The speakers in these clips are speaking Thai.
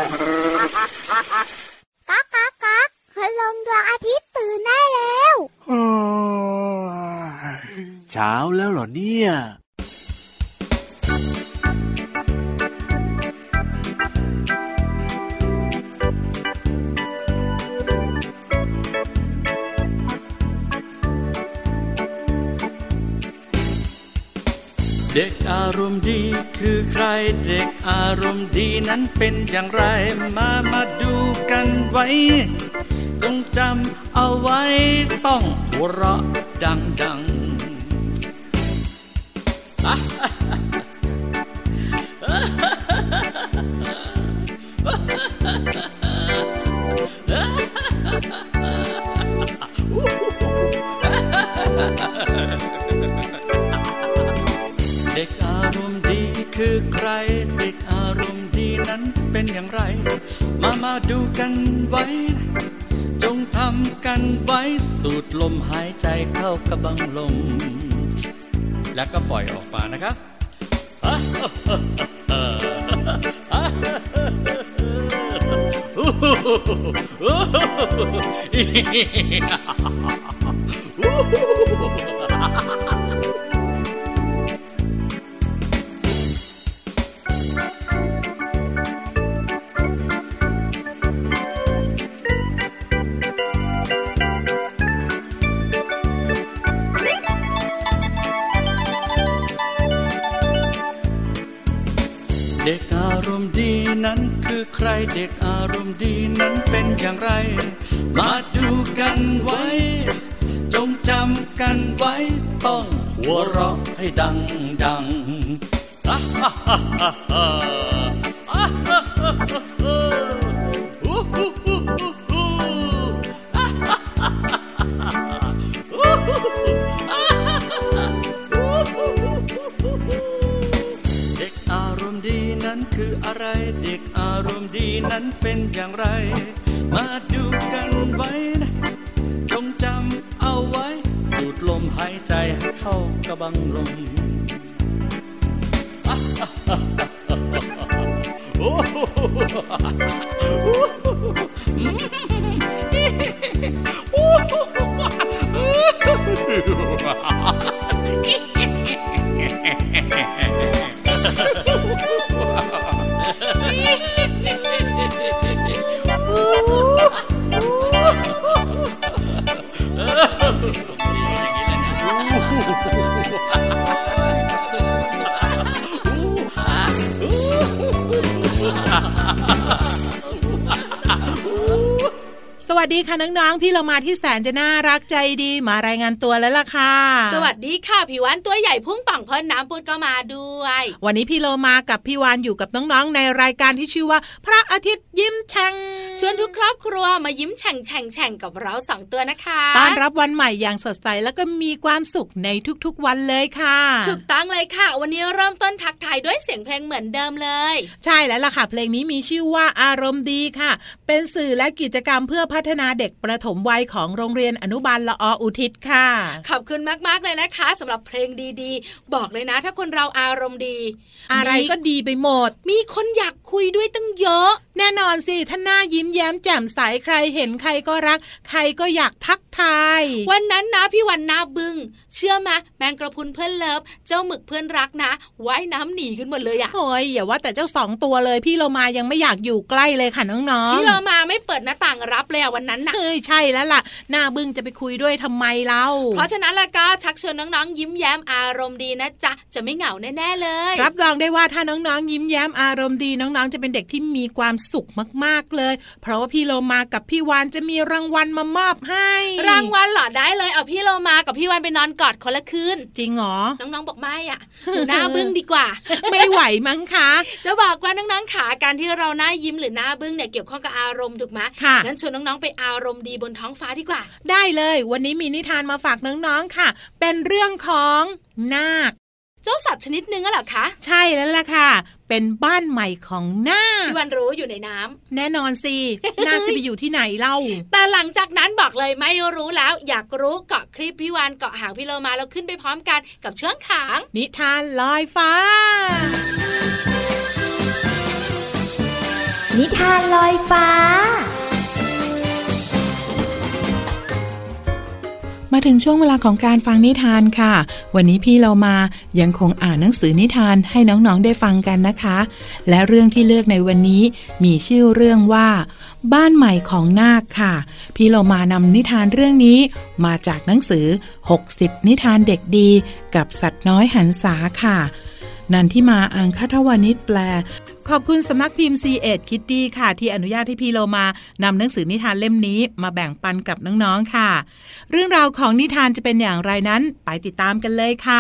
ก๊ากก๊ากก๊ากคืนลงดวงอาทิตย์ตื่นได้แล้วเช้าแล้วเหรอเนี่ยเด็กอารมณ์ดีคือใครเด็กอารมณ์ดีนั้นเป็นอย่างไรมาดูกันไว้จงจำเอาไว้ต้องหัวเราะดังๆเด็กอารมณ์ดีคือใครเด็กอารมณ์ดีนั้นเป็นอย่างไรมาดูกันไว้จงทำกันไว้สูดลมหายใจเข้ากระบังลมแล้วก็ปล่อยออกมานะครับเด็กอารมณ์ดีนั้นคือใครเด็กอารมณ์ดีนั้นเป็นอย่างไรมาดูกันไว้จงจำกันไว้ต้องหัวเราะให้ดังคืออะไรเด็กอารมณ์ดีนั้นเป็นอย่างไรมาดูกันไว้นะจงจำเอาไว้สูดลมหายใจให้เข้ากระบังลมสวัสดีค่ะน้องๆพี่เรามาที่แสนจะน่ารักใจดีมารายงานตัวแล้วล่ะค่ะสวัสดีค่ะพี่วานตัวใหญ่พุ่งป่องพ่นน้ำปุดก็มาด้วยวันนี้พี่เรามากับพี่วานอยู่กับน้องๆในรายการที่ชื่อว่าพระอาทิตย์ยิ้มแฉ่งชวนทุกครอบครัวมายิ้มแฉ่งกับเรา2ตัวนะคะต้อนรับวันใหม่อย่างสดใสแล้วก็มีความสุขในทุกๆวันเลยค่ะถูกต้องเลยค่ะวันนี้เริ่มต้นทักทายด้วยเสียงเพลงเหมือนเดิมเลยใช่แล้วล่ะค่ะเพลงนี้มีชื่อว่าอารมณ์ดีค่ะเป็นสื่อและกิจกรรมเพื่อพัฒนาเด็กประถมวัยของโรงเรียนอนุบาลละออุทิศค่ะขอบคุณมากๆเลยนะคะสำหรับเพลงดีๆบอกเลยนะถ้าคนเราอารมณ์ดีอะไรก็ดีไปหมดมีคนอยากคุยด้วยตั้งเยอะแน่นอนสิถ้าหน้ายิ้มแย้มแจ่มใสใครเห็นใครก็รักใครก็อยากทักทายวันนั้นนะพี่วันหน้าบึ้งเชื่อไหมแมงกระพุนเพื่อนเลิฟเจ้าหมึกเพื่อนรักนะว่ายน้ำหนีขึ้นหมดเลยอะโอ้ยอย่าว่าแต่เจ้า2ตัวเลยพี่โลมายังไม่อยากอยู่ใกล้เลยค่ะน้องๆพี่โลมาไม่เปิดหน้าต่างรับเลยวันนั้นนะใช่แล้วล่ะหน้าบึ้งจะไปคุยด้วยทำไมเล่าเพราะฉะนั้นแล้วก็ชักชวนน้องๆยิ้มแย้มอารมณ์ดีนะจ๊ะจะไม่เหงาแน่ๆเลยรับรองได้ว่าถ้าน้องๆยิ้มแย้มอารมณ์ดีน้องๆจะเป็นเด็กที่มีความสุขมากๆเลยเพราะว่าพี่โลมากับพี่วานจะมีรางวัลมามอบให้รางวัลเหรอได้เลยเอาพี่โลมากับพี่วานไปนอนกอดคนละคืนจริงเหรอน้องๆบอกไม่อ่ะหน้าบึ้งดีกว่าไม่ไหวมั้งคะจะบอกว่าน้องๆขาการที่เราหน้ายิ้มหรือหน้าบึ้งเนี่ยเกี่ยวข้องกับอารมณ์ถูกไหมงั้นชวนน้องๆไปอารมณ์ดีบนท้องฟ้าดีกว่าได้เลยวันนี้มีนิทานมาฝากน้องๆค่ะเป็นเรื่องของนาคเจ้าสัตว์ชนิดนึงเหรอคะใช่แล้วล่ะค่ะเป็นบ้านใหม่ของนาคพี่วันรู้อยู่ในน้ำแน่นอนสินาคจะไปอยู่ที่ไหนเล่าแต่หลังจากนั้นบอกเลยไม่รู้แล้วอยากรู้เกาะคลิปพี่วันเกาะหางพี่โลมาแล้วขึ้นไปพร้อมกันกับเชือกขางนิทานลอยฟ้านิทานลอยฟ้ามาถึงช่วงเวลาของการฟังนิทานค่ะวันนี้พี่เรามายังคงอ่านหนังสือนิทานให้น้องๆได้ฟังกันนะคะและเรื่องที่เลือกในวันนี้มีชื่อเรื่องว่าบ้านใหม่ของนาคค่ะพี่เรามานำนิทานเรื่องนี้มาจากหนังสือ60นิทานเด็กดีกับสัตว์น้อยหันษาค่ะนันทิมาอังคทวานิชแปลขอบคุณสำนักพิมพ์ C.Ed Kiddie ค่ะที่อนุญาตให้พี่โลมานำหนังสือนิทานเล่มนี้มาแบ่งปันกับน้องๆค่ะเรื่องราวของนิทานจะเป็นอย่างไรนั้นไปติดตามกันเลยค่ะ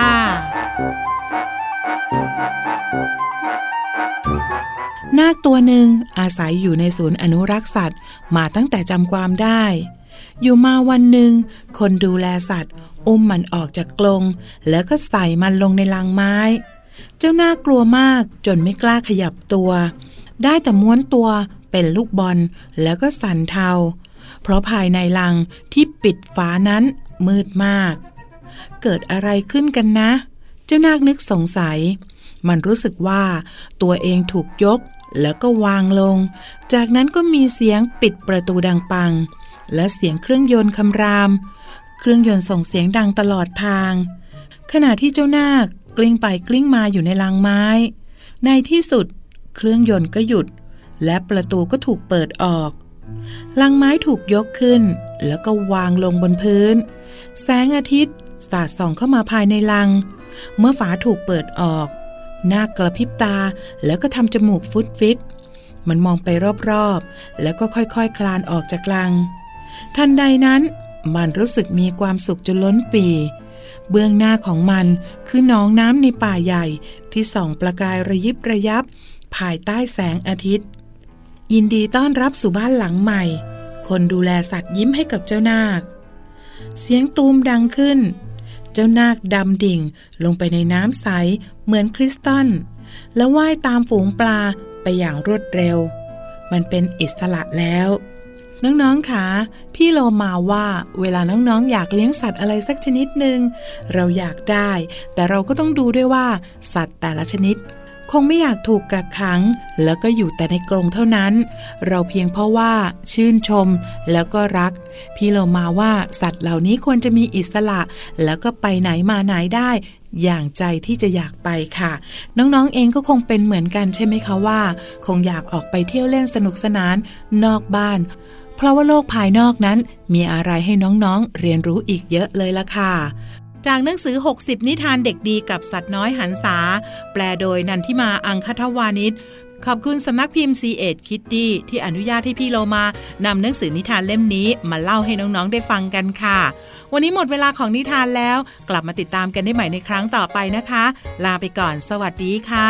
นาคตัวหนึ่งอาศัยอยู่ในศูนย์อนุรักษ์สัตว์มาตั้งแต่จำความได้อยู่มาวันหนึ่งคนดูแลสัตว์อุ้มมันออกจากกรงแล้วก็ใส่มันลงในลังไม้เจ้านาคกลัวมากจนไม่กล้าขยับตัวได้แต่ม้วนตัวเป็นลูกบอลแล้วก็สั่นเทาเพราะภายในลังที่ปิดฝานั้นมืดมากเกิดอะไรขึ้นกันนะเจ้านาคนึกสงสัยมันรู้สึกว่าตัวเองถูกยกแล้วก็วางลงจากนั้นก็มีเสียงปิดประตูดังปังและเสียงเครื่องยนต์คำรามเครื่องยนต์ส่งเสียงดังตลอดทางขณะที่เจ้านาคกลิ้งไปกลิ้งมาอยู่ในลังไม้ในที่สุดเครื่องยนต์ก็หยุดและประตูก็ถูกเปิดออกลังไม้ถูกยกขึ้นแล้วก็วางลงบนพื้นแสงอาทิตย์สาดส่องเข้ามาภายในลังเมื่อฝาถูกเปิดออกนาคกระพริบตาแล้วก็ทำจมูกฟุดฟิตมันมองไปรอบๆแล้วก็ค่อยๆคลานออกจากลังทันใดนั้นมันรู้สึกมีความสุขจนล้นปี่เบื้องหน้าของมันคือหนองน้ำในป่าใหญ่ที่ส่องประกายระยิบระยับภายใต้แสงอาทิตย์ยินดีต้อนรับสู่บ้านหลังใหม่คนดูแลสัตว์ยิ้มให้กับเจ้านาคเสียงตูมดังขึ้นเจ้านาคดำดิ่งลงไปในน้ำใสเหมือนคริสตัลแล้วว่ายตามฝูงปลาไปอย่างรวดเร็วมันเป็นอิสระแล้วน้องๆค่ะพี่โลมาว่าเวลาน้องๆอยากเลี้ยงสัตว์อะไรสักชนิดหนึ่งเราอยากได้แต่เราก็ต้องดูด้วยว่าสัตว์แต่ละชนิดคงไม่อยากถูกกักขังแล้วก็อยู่แต่ในกรงเท่านั้นเราเพียงเพราะว่าชื่นชมแล้วก็รักพี่โลมาว่าสัตว์เหล่านี้ควรจะมีอิสระแล้วก็ไปไหนมาไหนได้อย่างใจที่จะอยากไปค่ะน้องๆเองก็คงเป็นเหมือนกันใช่ไหมคะว่าคงอยากออกไปเที่ยวเล่นสนุกสนานนอกบ้านเพราะว่าโลกภายนอกนั้นมีอะไรให้น้องๆเรียนรู้อีกเยอะเลยล่ะค่ะจากหนังสือ60นิทานเด็กดีกับสัตว์น้อยหันษาแปลโดยนันทิมาอังคทวานิชขอบคุณสำนักพิมพ์ C.Ed Kiddie ที่อนุญาตให้พี่โลมานำหนังสือนิทานเล่มนี้มาเล่าให้น้องๆได้ฟังกันค่ะวันนี้หมดเวลาของนิทานแล้วกลับมาติดตามกันได้ใหม่ในครั้งต่อไปนะคะลาไปก่อนสวัสดีค่ะ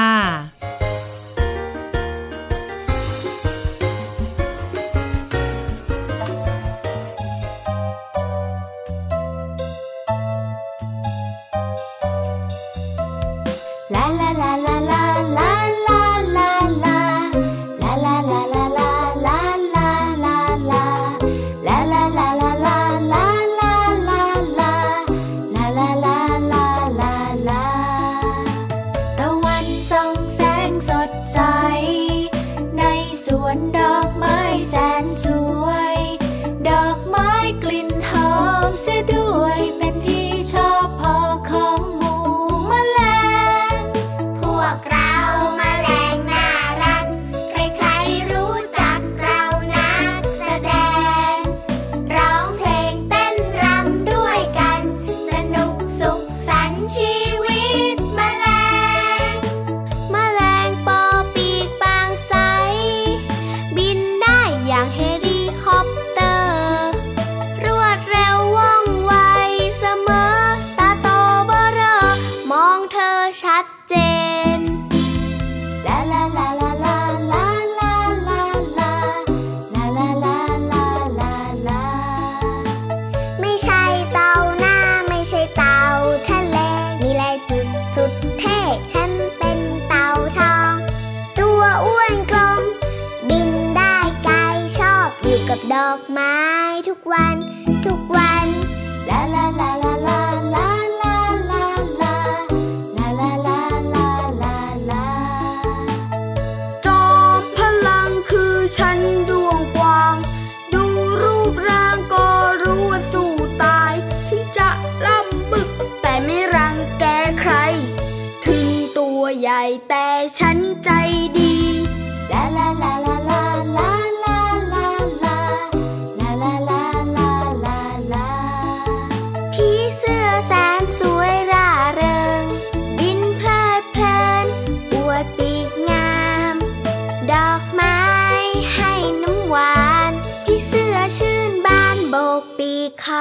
ดอกไม้ทุกวันทุกวันลาลาลาลาลาลาลาลาลาลาลาลาลาลาลาจอมพลังคือ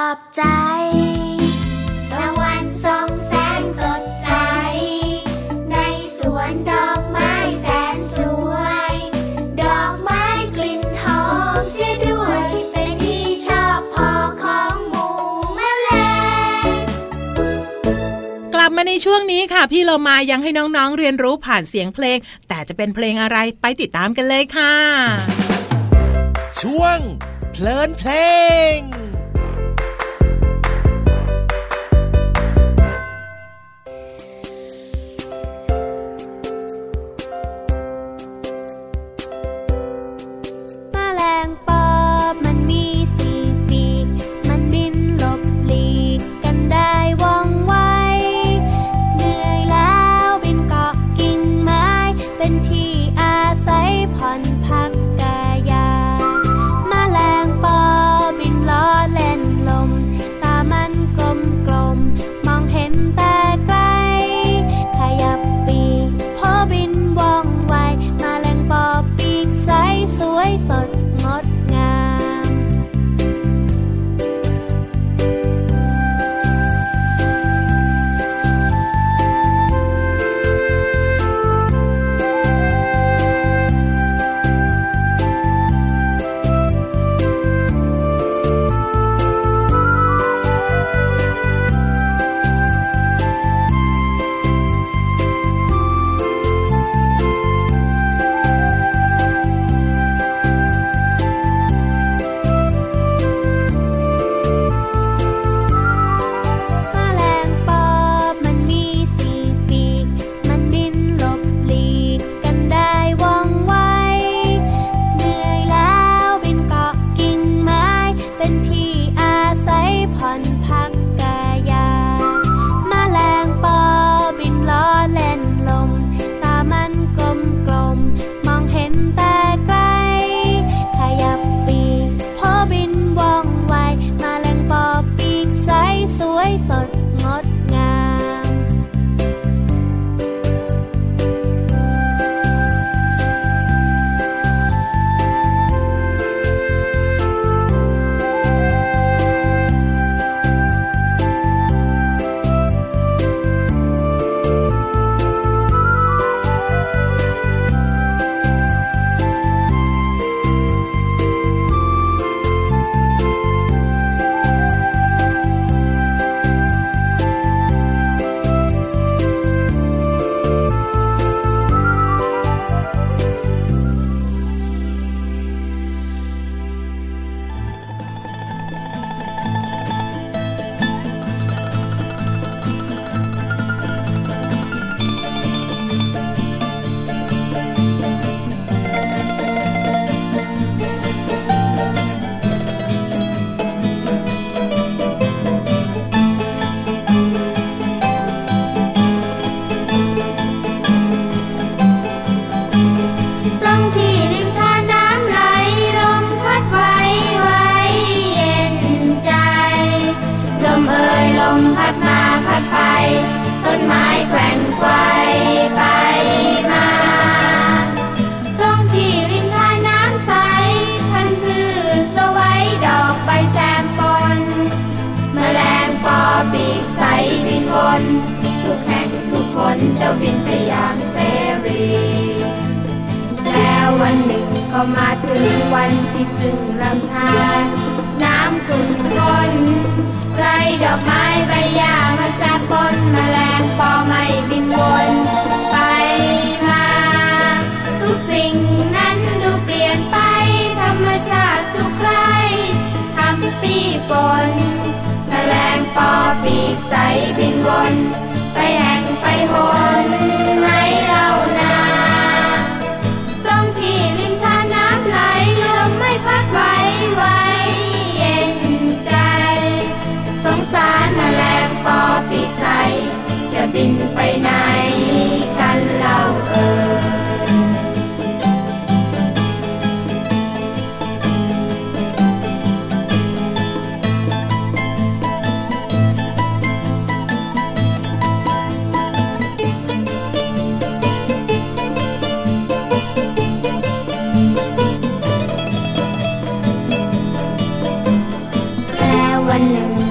อบใจตะวันส่องแสงสดใสในสวนดอกไม้แสนสวยดอกไม้กลิ่นหอมเสียด้วยเป็นที่ชอบพอของหมู่แมลงกลับมาในช่วงนี้ค่ะพี่เรามายังให้น้องๆเรียนรู้ผ่านเสียงเพลงแต่จะเป็นเพลงอะไรไปติดตามกันเลยค่ะช่วงเพลินเพลงทุกแห่งทุกคนเจ้าบินไปอย่างเสรีแล้ววันหนึ่งก็มาถึงวันที่ซึ่งลำธารน้ำขุ่นข้นไร้ดอกไม้ใบหญ้ามาแทรกปนแมลงปอไม่บินวนไปมาทุกสิ่งนั้นดูเปลี่ยนไปธรรมชาติทุกไคร้ทำปีปนแมลงปอปีกใสบินวนไปแห่งไปหนในเรานาตรงที่ริมทานน้ำไหลลมไม่พัดไหวเย็นใจสงสารแมลงปอปีกใสจะบินไปไหนกันเล่าวันหนึ่ง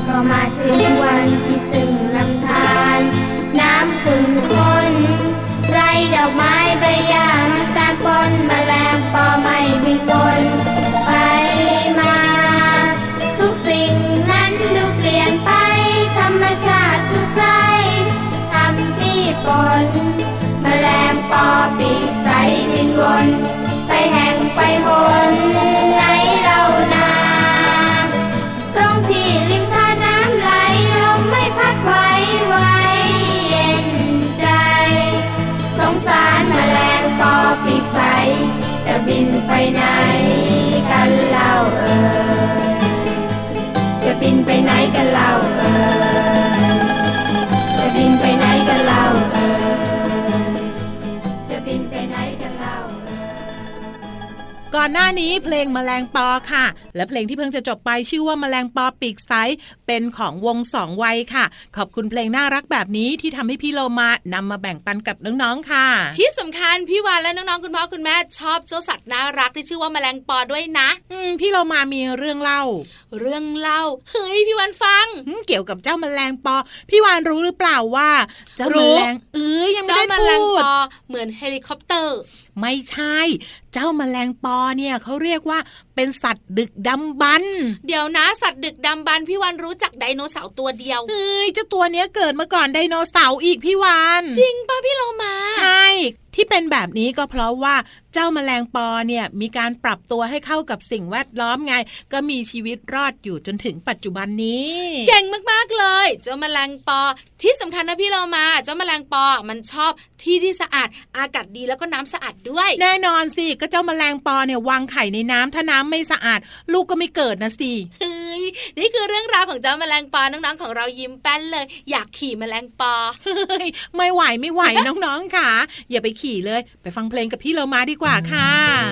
ไหนกันเล่าเอ่ยจะบินไปไหนกันเล่าเอ่ยจะบินไปไหนกันเล่าเอ่ยจะบินไปไหนกันเล่าก่อนหน้านี้เพลงแมลงปอค่ะและเพลงที่เพิ่งจะจบไปชื่อว่าแมลงปอปีกใสเป็นของวงสองวัยค่ะขอบคุณเพลงน่ารักแบบนี้ที่ทำให้พี่โลมานำมาแบ่งปันกับน้องๆค่ะที่สำคัญพี่วานและน้องๆคุณพ่อคุณแม่ชอบเจ้าสัตว์น่ารักที่ชื่อว่าแมลงปอด้วยนะพี่โลมามีเรื่องเล่าเฮ้ยพี่วานฟังเกี่ยวกับเจ้าแมลงปอพี่วานรู้หรือเปล่าว่าเจ้าแมลงยังไม่ได้พูดเจ้าแมลงปอเหมือนเฮลิคอปเตอร์ไม่ใช่เจ้าแมลงปอเนี่ยเขาเรียกว่าเป็นสัตว์ดึกดำบรรพ์เดี๋ยวนะสัตว์ดึกดำบรรพ์พี่วานรู้จักไดโนเสาร์ตัวเดียวเจ้าตัวเนี้ยเกิดมาก่อนไดโนเสาร์อีกพี่วานจริงป่ะพี่โลมาใช่ที่เป็นแบบนี้ก็เพราะว่าเจ้าแมลงปอเนี่ยมีการปรับตัวให้เข้ากับสิ่งแวดล้อมไงก็มีชีวิตรอดอยู่จนถึงปัจจุบันนี้เก่งมากๆเลยเจ้าแมลงปอที่สำคัญนะพี่โลมาเจ้าแมลงปอมันชอบที่ที่สะอาดอากาศดีแล้วก็น้ำสะอาดด้วยแน่นอนสิก็เจ้าแมลงปอเนี่ยวางไข่ในน้ำถ้าน้ำไม่สะอาดลูกก็ไม่เกิดนะสิเฮ้ยนี่คือเรื่องราวของเจ้าแมลงปอน้องๆของเรายิ้มแป้นเลยอยากขี่แมลงปอไม่ไหว น้องๆค่ะอย่าไปขี่เลยไปฟังเพลงกับพี่โลมาดีกว่าค่ะ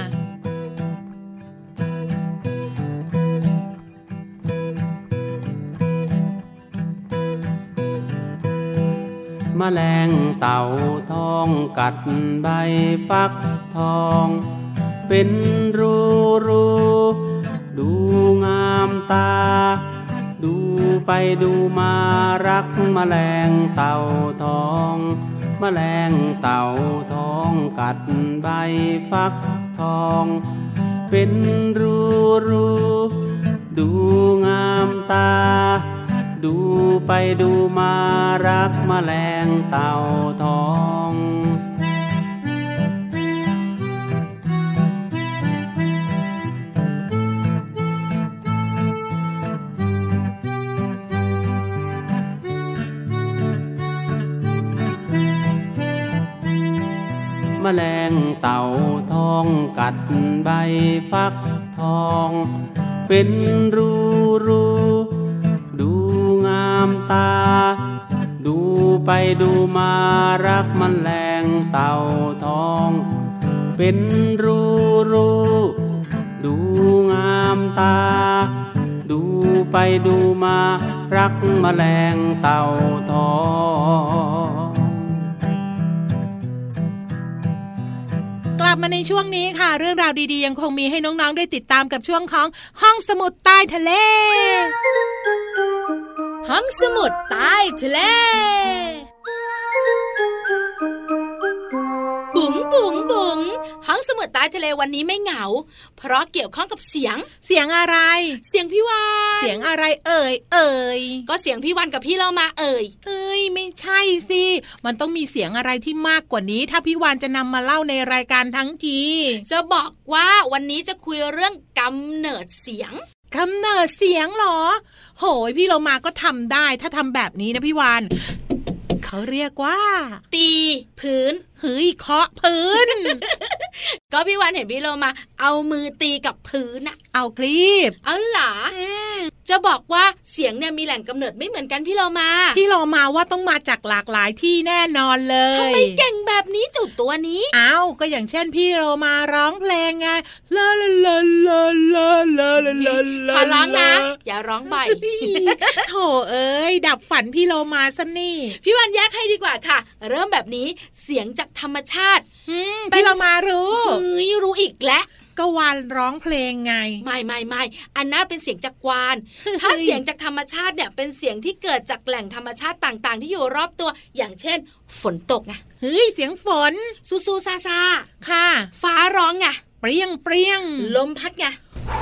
แมลงเต่าทองกัดใบฟักทองเป็นรูดูงามตาดูไปดูมารักแมลงเต่าทองแมลงเต่าทองกัดใบฟักทองเป็นรูดูงามตาดูไปดูมารักแมลงเต่าทองแมลงเต่าทองกัดใบฟักทองเป็นรูดูงามตาดูไปดูมารักแมลงเต่าทองเป็นรูดูงามตาดูไปดูมารักแมลงเต่าทองกลับมาในช่วงนี้ค่ะเรื่องราวดีๆยังคงมีให้น้องๆได้ติดตามกับช่วงของห้องสมุดใต้ทะเลห้องสมุดใต้ทะเลบุ๋งห้องสมุดใต้ทะเลวันนี้ไม่เหงาเพราะเกี่ยวข้องกับเสียงอะไรเสียงพี่วานเสียงอะไรเอ่ยก็เสียงพี่วานกับพี่เรามาเอ่ยไม่ใช่สิมันต้องมีเสียงอะไรที่มากกว่านี้ถ้าพี่วานจะนำมาเล่าในรายการทั้งทีจะบอกว่าวันนี้จะคุยเรื่องกำเนิดเสียงเหรอโหยพี่เรามาก็ทำได้ถ้าทำแบบนี้นะพี่วานเขาเรียกว่าตีพื้นเคาะพื้นก็พี่วานเห็นพี่โลมาเอามือตีกับพื้นอะเอาคลีปเอาหรอจะบอกว่าเสียงเนี่ยมีแหล่งกำเนิดไม่เหมือนกันพี่โลมาว่าต้องมาจากหลากหลายที่แน่นอนเลยทำไมเก่งแบบนี้จุดตัวนี้ก็อย่างเช่นพี่โลมาร้องเพลงไงลาลาลาลาลาลาลาลาลาขอร้องนะอย่าร้องบ่อยโธ่เอ้ยดับฝันพี่โลมาซะนี่พี่วานแยกให้ดีกว่าค่ะเริ่มแบบนี้เสียงจากธรรมชาติพี่โลมารู้อีกแล้วก็วานร้องเพลงไงไม่อันนั้นเป็นเสียงจากกวางถ้าเสียงจากธรรมชาติเนี่ยเป็นเสียงที่เกิดจากแหล่งธรรมชาติต่างๆที่อยู่รอบตัวอย่างเช่นฝนตกไงเสียงฝนซูซาค่ะฟ้าร้องไงเปรี้ยงลมพัดไง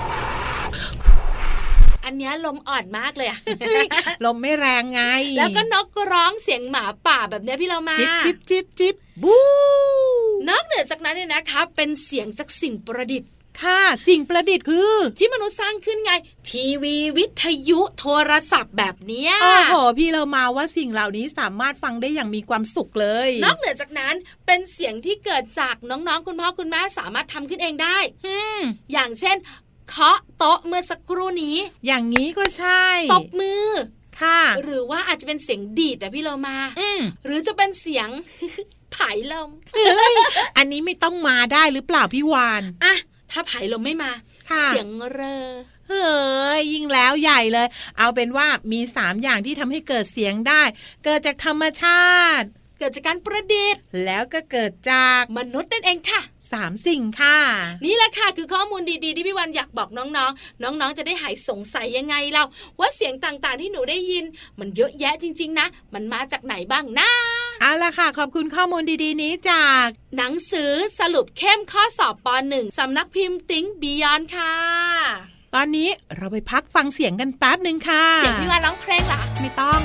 อันนี้ลมอ่อนมากเลยอะลมไม่แรงไงแล้วก็นกก็ร้องเสียงหมาป่าแบบนี้พี่เรามาจิบบูนอกเหนือจากนั้นเนี่ยนะคะเป็นเสียงจากสิ่งประดิษฐ์ค่ะสิ่งประดิษฐ์คือที่มนุษย์สร้างขึ้นไงทีวีวิทยุโทรศัพท์แบบเนี้ยโอ้โหพี่เรามาว่าสิ่งเหล่านี้สามารถฟังได้อย่างมีความสุขเลยนอกเหนือจากนั้นเป็นเสียงที่เกิดจากน้องๆคุณพ่อคุณแม่สามารถทำขึ้นเองได้อย่างเช่นเคาะโต๊ะเมื่อสักครู่นี้อย่างนี้ก็ใช่ตบมือค่ะหรือว่าอาจจะเป็นเสียงดีดพี่เรามาหรือจะเป็นเสียงผายลมอันนี้ไม่ต้องมาได้หรือเปล่าพี่วานอะถ้าผายลมไม่มาเสียงเรอเฮ้ยยิ่งแล้วใหญ่เลยเอาเป็นว่ามี3อย่างที่ทำให้เกิดเสียงได้เกิดจากธรรมชาติเกิดจากการประดิษฐ์แล้วก็เกิดจากมนุษย์นั่นเองค่ะ 3สิ่งค่ะนี่แหละค่ะคือข้อมูลดีๆที่พี่วันอยากบอกน้องๆน้องๆจะได้หายสงสัยยังไงเราว่าเสียงต่างๆที่หนูได้ยินมันเยอะแยะจริงๆนะมันมาจากไหนบ้างนะเอาล่ะค่ะขอบคุณข้อมูลดีๆนี้จากหนังสือสรุปเข้มข้อสอบป.1 สำนักพิมพ์ Think Beyond ค่ะตอนนี้เราไปพักฟังเสียงกันแป๊บนึงค่ะเสียงพี่วันร้องเพลงเหรอไม่ต้อง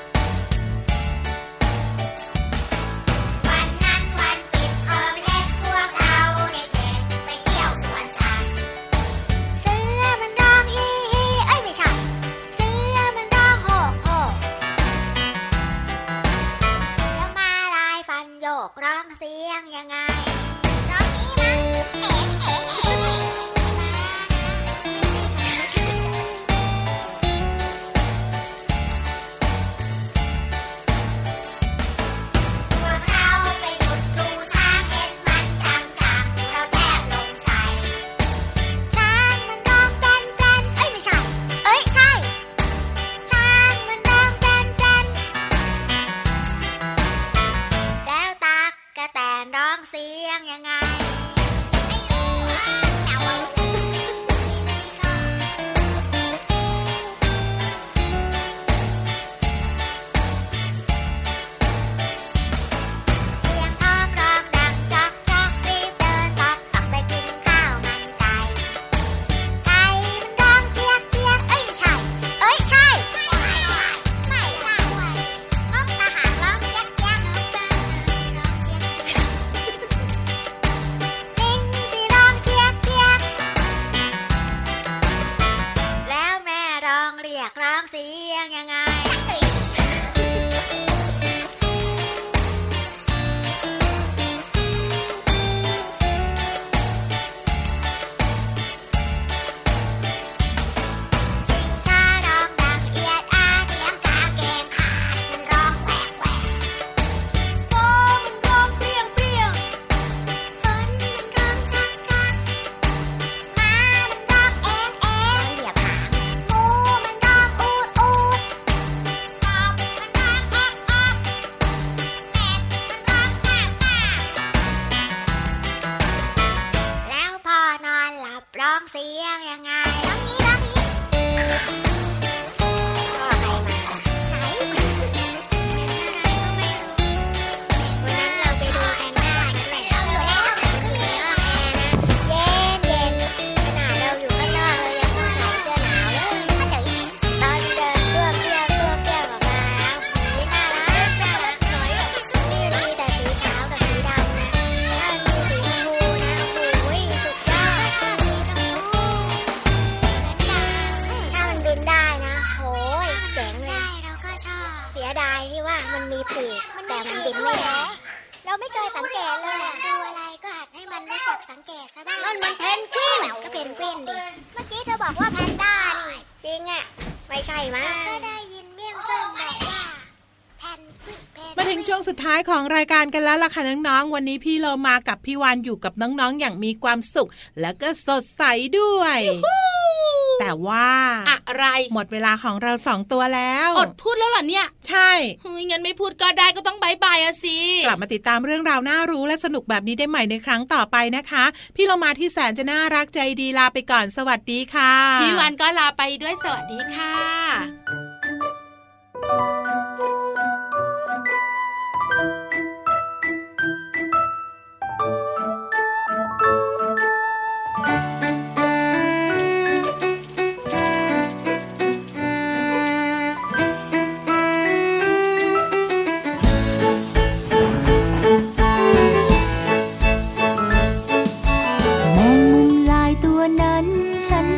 มาถึงช่วงสุดท้ายของรายการกันแล้วล่ะค่ะน้องๆวันนี้พี่เรามากับพี่วานอยู่กับน้องๆอย่างมีความสุขและก็สดใสด้วยแต่ว่าอะไรหมดเวลาของเรา2ตัวแล้วอดพูดแล้วเหรอเนี่ยใช่งั้นไม่พูดก็ได้ก็ต้องบายบายอะสิกลับมาติดตามเรื่องราวน่ารู้และสนุกแบบนี้ได้ใหม่ในครั้งต่อไปนะคะพี่เรามาที่แสนจะน่ารักใจดีลาไปก่อนสวัสดีค่ะพี่วานก็ลาไปด้วยสวัสดีค่ะ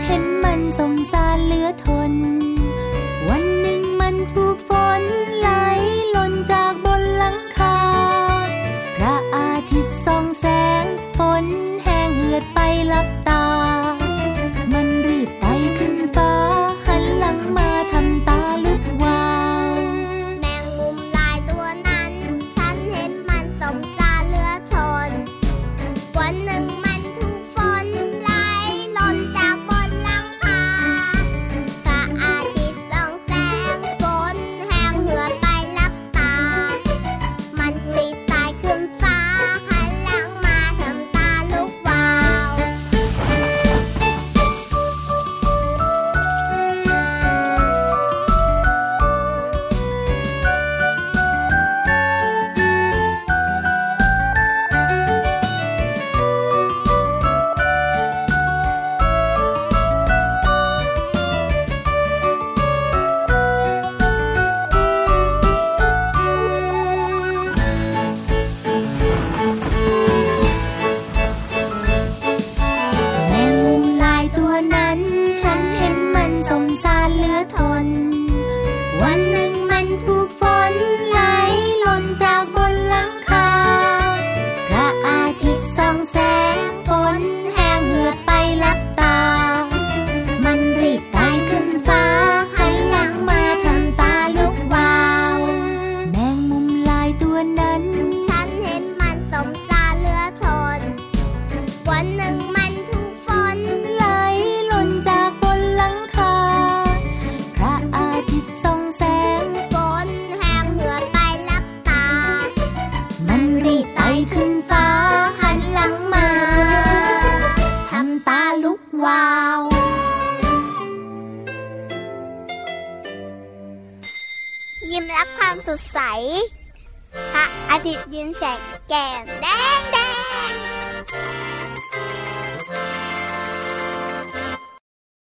เห็นมันสงสารเหลือทนวันหนึ่งมันถูกฝนไหลหล่นจากบนหลังคาพระอาทิตย์ส่องแสงฝนแห้งเหือดไปลับตามันรีบไต่ขึ้นฟ้าหันหลังมาทำตาลุกวาวแมงมุมลายตัวนั้นฉันเห็นมันสงสารเหลือทนวันหนึ่งมันถูกฝนไหลหล่นจากบนหลังคาพระอาทิตย์ส่องแสงฝนแห้งเหือดไปลับตามันรีบไต่ขึ้นฟ้าหันหลังมาทำตาลุกวาววันหนึ่งมันถูกฝนไหลหล่นจากบนหลังคาพระอาทิตย์ส่องแสงฝนแห้งเหือดไปลับตามันรีบไต่ขึ้นฟ้าหันหลังมาทำตาลุกวาวแมงมุมลายตัวนั้นฉันเห็นมันสงสารเหลือทนวันหนึ่งมันถูกฝนไหลหล่นจากบนหลังคาพระอาทิตย์ส่องแสงฝนแห้งเหือดไปลับตามันรีบไต่ขึ้นฟ้าหันหลังมาทำตาลุกวาวยิ้มรับความสดใสพระอาทิตย์ยิ้มแฉกแก้มแดง